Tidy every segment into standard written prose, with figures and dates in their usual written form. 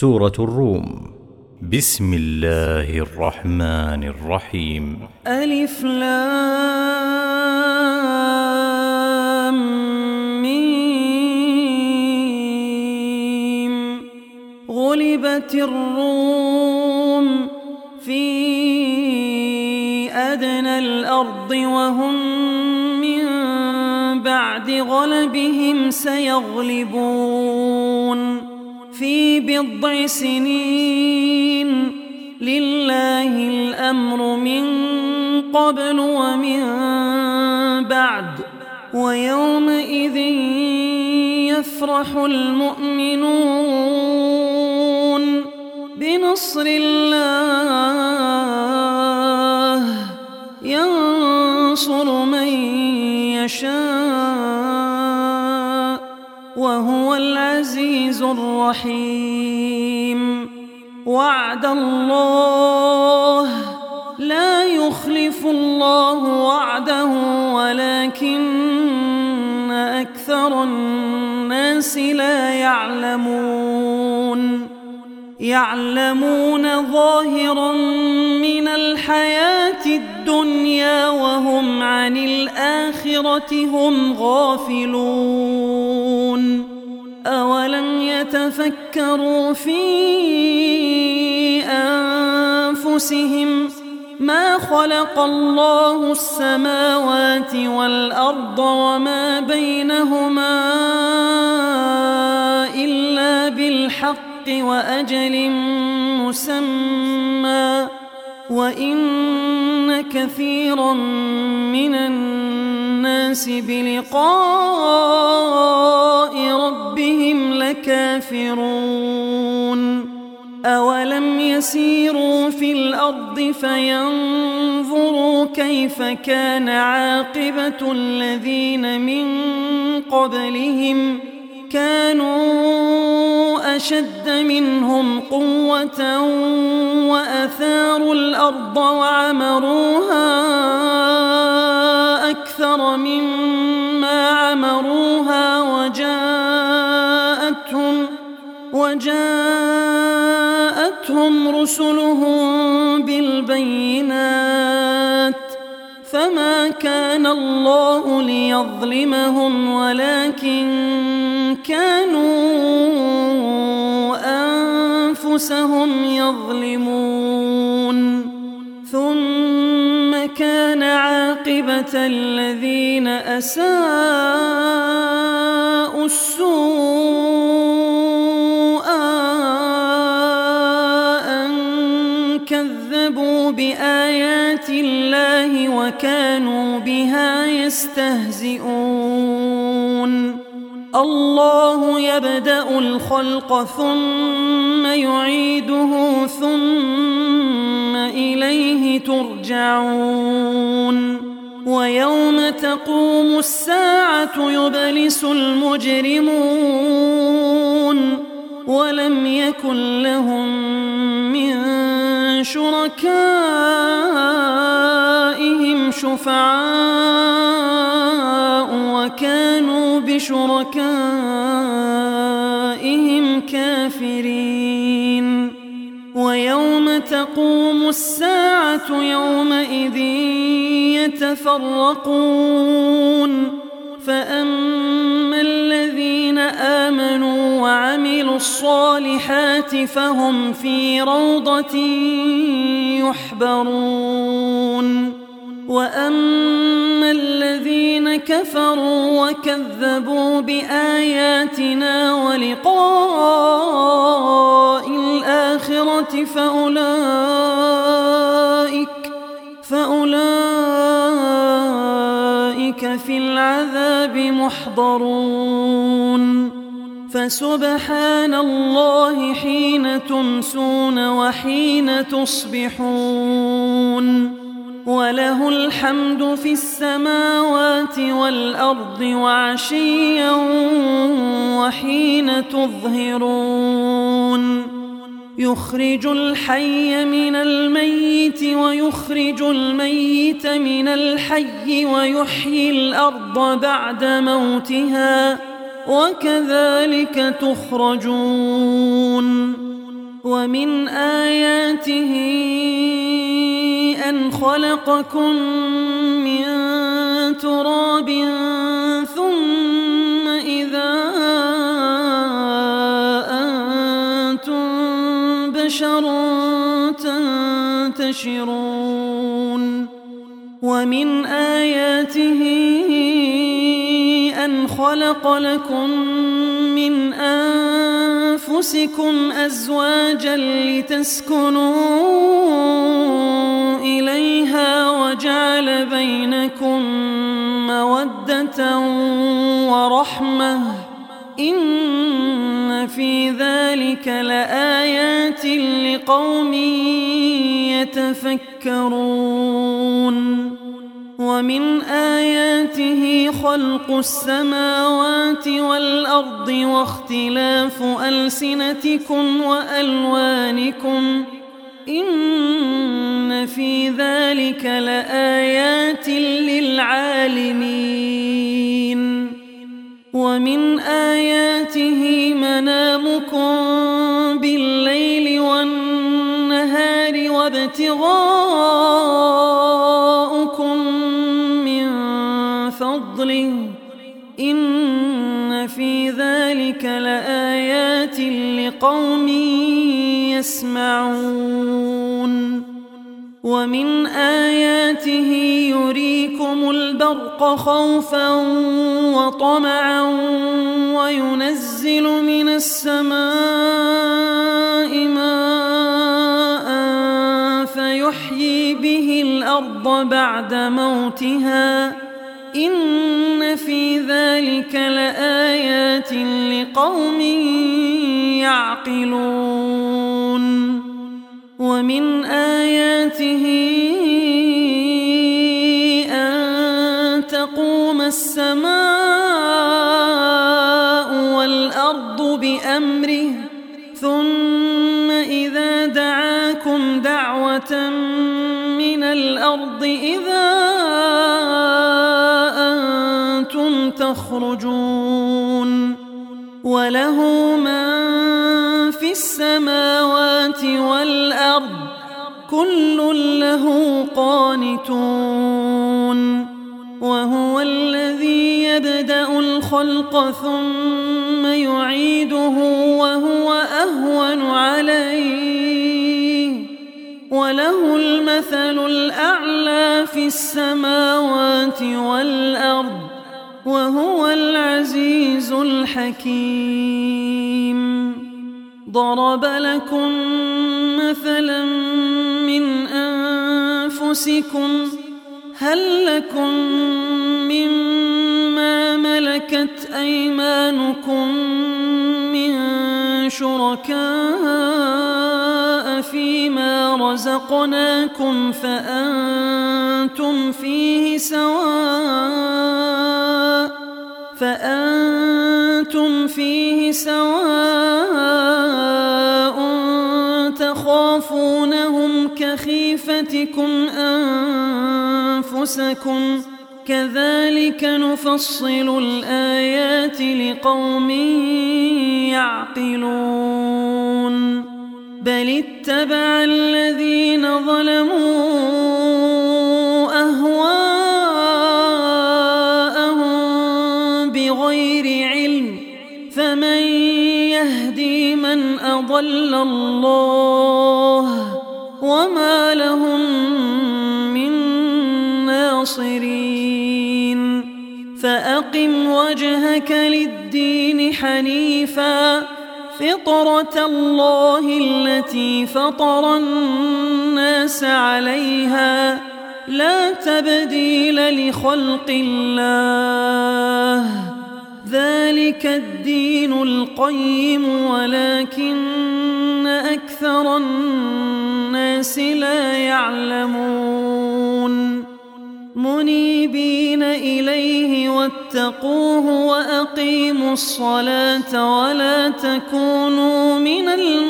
سورة الروم. بسم الله الرحمن الرحيم. ألف لام ميم. غلبت الروم في أدنى الأرض وهم من بعد غلبهم سيغلبون في بضع سنين. لله الأمر من قبل ومن بعد ويومئذ يفرح المؤمنون بنصر الله ينصر من يشاء وهو العزيز الرحيم. وعد الله لا يخلف الله وعده ولكن أكثر الناس لا يعلمون ظاهرا من الحياة الدنيا وهم عن الآخرة هم غافلون. أولم يتفكروا في أنفسهم ما خلق الله السماوات والأرض وما بينهما إلا بالحق وأجل مسمى وإن كثيرا من الناس بلقاء ربهم لكافرون. أولم يسيروا في الأرض فينظروا كيف كان عاقبة الذين من قبلهم كانوا أشد منهم قوة وأثاروا الأرض وعمروها أكثر مما عمروها وجاءتهم رسلهم بالبينات فما كان الله ليظلمهم ولكن كانوا أنفسهم يظلمون. ثم كان عاقبة الذين أساءوا السوء أن كذبوا بآيات الله وكانوا بها يستهزئون. الله يبدأ الخلق ثم يعيده ثم إليه ترجعون. ويوم تقوم الساعة يبلس المجرمون ولم يكن لهم من شركائهم شفعاء وكانوا بشركائهم كافرين. ويوم تقوم الساعة يومئذ يتفرقون فأما الذين آمنوا وعملوا الصالحات فهم في روضة يحبرون. وأما الذين كفروا وكذبوا بآياتنا ولقاء الآخرة فأولئك في العذاب محضرون. فسبحان الله حين تمسون وحين تصبحون وله الحمد في السماوات والأرض وعشيا وحين تظهرون. يخرج الحي من الميت ويخرج الميت من الحي ويحيي الأرض بعد موتها وكذلك تخرجون. ومن آياته أن خلقكم من تراب ثم إذا أنتم بشر تنتشرون ومن آياته أن خلق لكم من أنفسكم أزواجا لتسكنوا إليها وجعل بينكم مودة ورحمة إن في ذلك لآيات لقوم يتفكرون ومن آياته خلق السماوات والأرض واختلاف ألسنتكم وألوانكم إن في ذلك لآيات للعالمين ومن آياته منامكم بالليل والنهار وابتغاؤكم من فضله إن في ذلك لآيات لقوم يسمعون ومن آياته يريكم البرق خوفا وطمعا وينزل من السماء ماء فيحيي به الأرض بعد موتها إن في ذلك لآيات لقوم يعقلون ومن آياته أن تقوم السماء والأرض بأمره ثم إذا دعاكم دعوة من الأرض إذا أنتم تخرجون وله من في السماوات والأرض كل له قانتون وهو الذي يبدأ الخلق ثم يعيده وهو أهون عليه وله المثل الأعلى في السماوات والأرض وهو العزيز الحكيم ضرب لكم مثلا من أنفسكم هل لكم مما ملكت أيمانكم من شركاء فيما رزقناكم فأنتم فيه سواء تخافونهم كخيفتكم أنفسكم كذلك نفصل الآيات لقوم يعقلون بل اتبع الذين ظلموا أهواءهم بغير علم فمن يهدي من أضل الله وما لهم من ناصرين فأقم وجهك للدين حنيفا فطرة الله التي فطر الناس عليها لا تبديل لخلق الله ذلك الدين القيم ولكن أكثر الناس لا يعلمون منيبين إليه واتقوه وأقيموا الصلاة ولا تكونوا من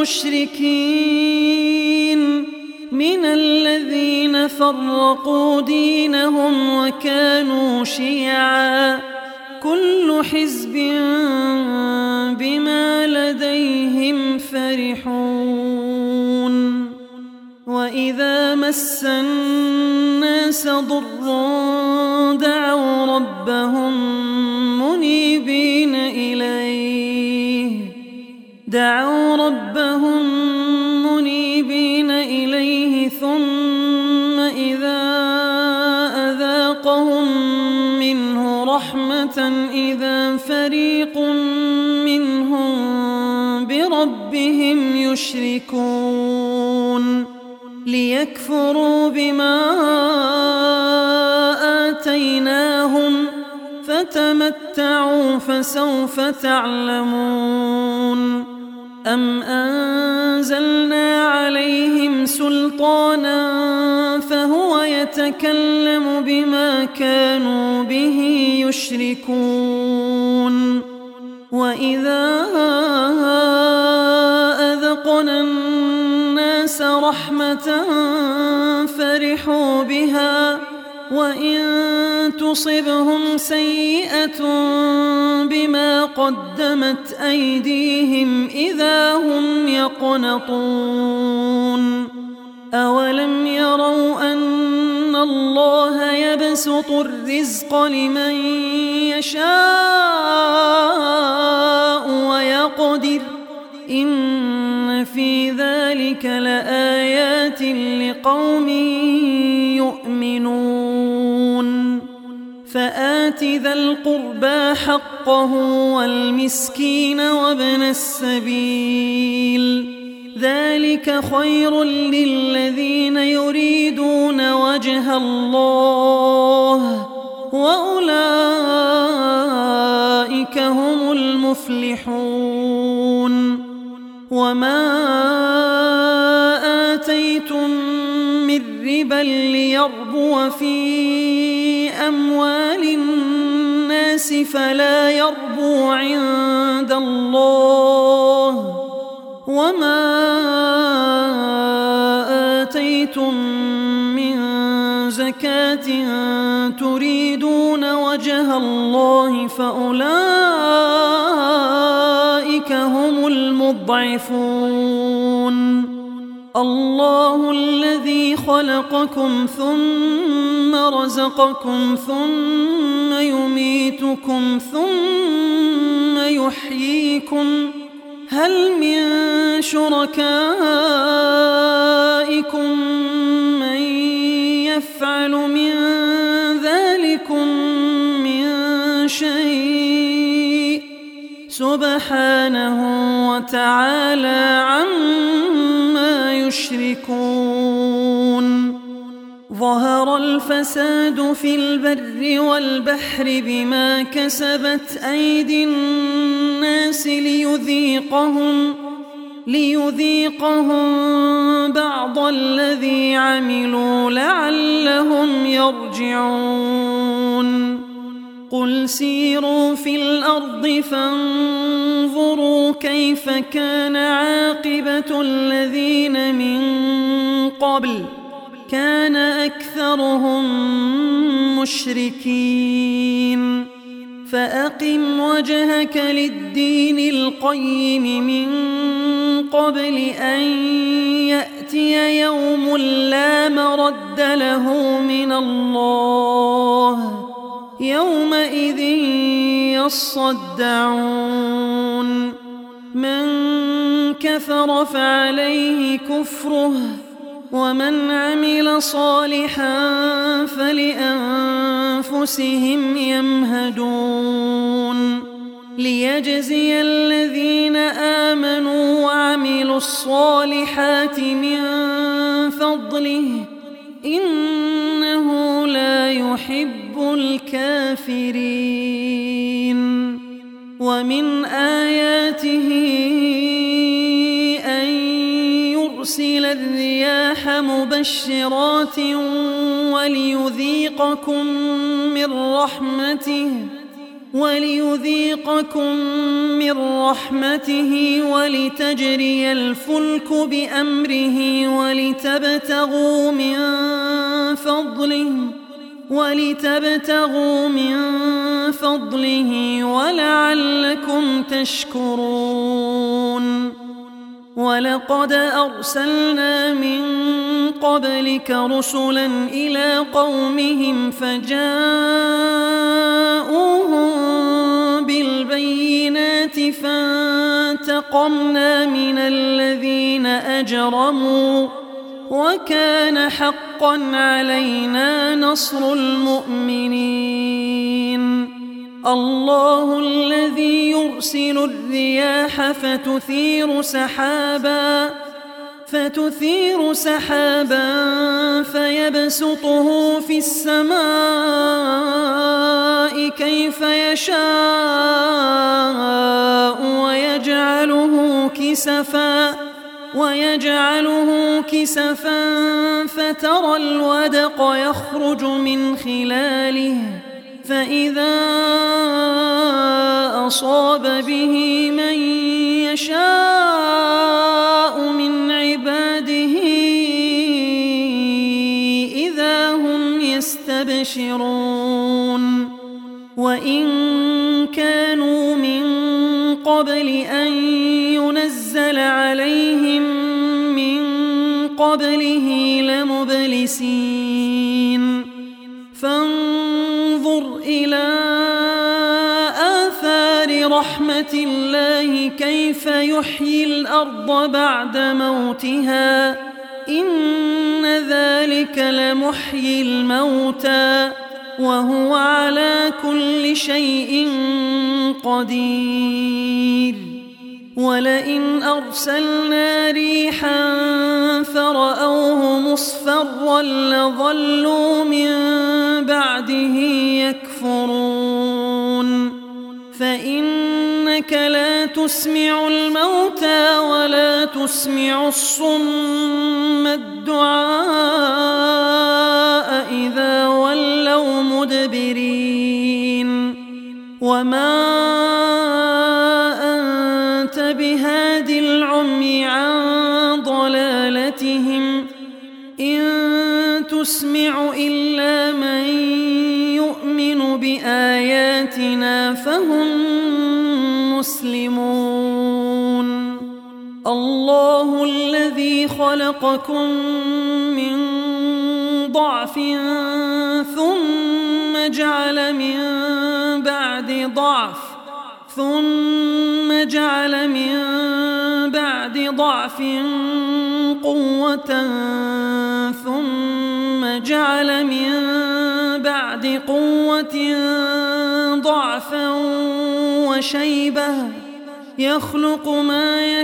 المشركين من الذين فرقوا دينهم وكانوا شيعا كل حزب بما لديهم فرحون وإذا مس الناس ضر دعوا ربهم منيبين إليه ثم إذا أذاقهم منه رحمة إذا فريق منهم بربهم يشركون ليكفروا بما آتيناهم فتمتعوا فسوف تعلمون أم أنزلنا عليهم سلطانا فهو يتكلم بما كانوا به يشركون وإذا أذقنا الناس رحمة فرحوا بها وإن تصبهم سيئة بما قدمت أيديهم إذا هم يقنطون أولم يروا أن الله يبسط الرزق لمن يشاء ويقدر إن في ذلك لآيات لقوم يؤمنون فآت ذا القربى حقه والمسكين وابن السبيل ذلك خير للذين يريدون وجه الله وأولئك هم المفلحون وما آتيتم من ربا ليربو في أموال الناس فلا يربو عند الله وما آتيتم من زكاة تريدون وجه الله فأولئك هم المضعفون الله الذي خلقكم ثم رزقكم ثم يميتكم ثم يحييكم هل من شركائكم من يفعل من ذلكم من شيء سبحانه وتعالى عما يشركون ظهر الفساد في البر والبحر بما كسبت أيدي الناس ليذيقهم بعض الذي عملوا لعلهم يرجعون قل سيروا في الأرض فانظروا كيف كان عاقبة الذين من قبل كان أكثرهم مشركين فأقم وجهك للدين القيم من قبل أن يأتي يوم لا مرد له من الله يومئذ يصدعون من كفر فعليه كفره ومن عمل صالحا فلأنفسهم يمهدون ليجزي الذين آمنوا وعملوا الصالحات من فضله إنه لا يحب الكافرين ومن آياته أن يرسل الرياح مبشرات وليذيقكم من رحمته ولتجري الفلك بأمره ولتبتغوا من فضله ولعلكم تشكرون ولقد أرسلنا من قبلك رسلا إلى قومهم فجاءوهم بالبينات فانتقمنا من الذين أجرموا وكان حقا علينا نصر المؤمنين. الله الذي يرسل الرياح فتثير سحابا فيبسطه في السماء كيف يشاء ويجعله كسفا فترى الودق يخرج من خلاله فإذا أصاب به من يشاء من عباده إذا هم يستبشرون. وإن كانوا من قبل أن ينزل عليهم من قبله لمبلسين. فانظر إلى آثار رحمة الله كيف يحيي الأرض بعد موتها إن ذلك لمحيي الموتى وهو على كل شيء قدير. ولئن أرسلنا ريحا فرأوه مصفرا لظلوا من بعده يكفرون. فإنك لا تسمع الموتى ولا تسمع الصم الدعاء إذا ولوا مدبرين. وما أنت بهاد العمي عن ضلالتهم إن تسمع إلا من يؤمن بآياتنا فهم مسلمون. الله الذي خلقكم من ضعف ثم جعل من بعد ضعف قوة ثم جعل من بعد قوة ضعفا وشيبة يخلق ما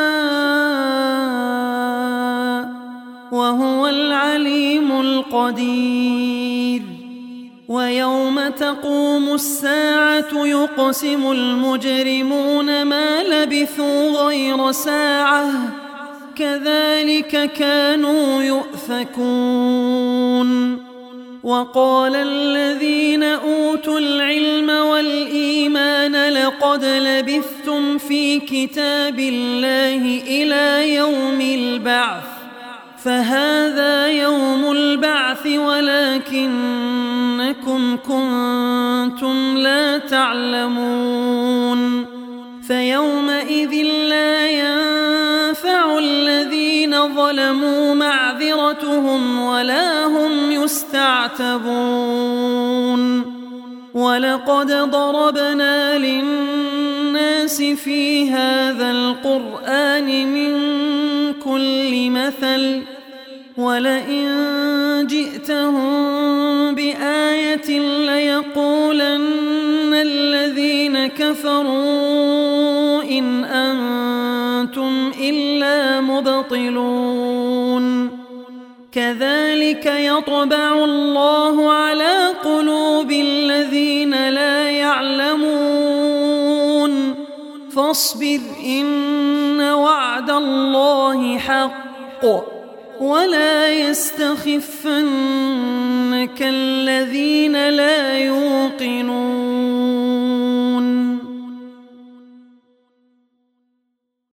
يشاء وهو العليم القدير. ويوم تقوم الساعة يقسم المجرمون ما لبثوا غير ساعة كذلك كانوا يؤفكون. وقال الذين أوتوا العلم والإيمان لقد لبثتم في كتاب الله إلى يوم البعث فهذا يوم البعث ولكنكم كنتم لا تعلمون. فيومئذ لا ينفع الذين ظلموا معذرتهم ولا هم يستعتبون. ولقد ضربنا للناس في هذا القرآن من كل مثل ولئن جئتهم بآية ليقولن الذين كفروا إن أنتم إلا مبطلون. كذلك يطبع الله على قلوب الذين لا يعلمون. فاصبر إن وعد الله حق ولا يستخفنك الذين لا يوقنون.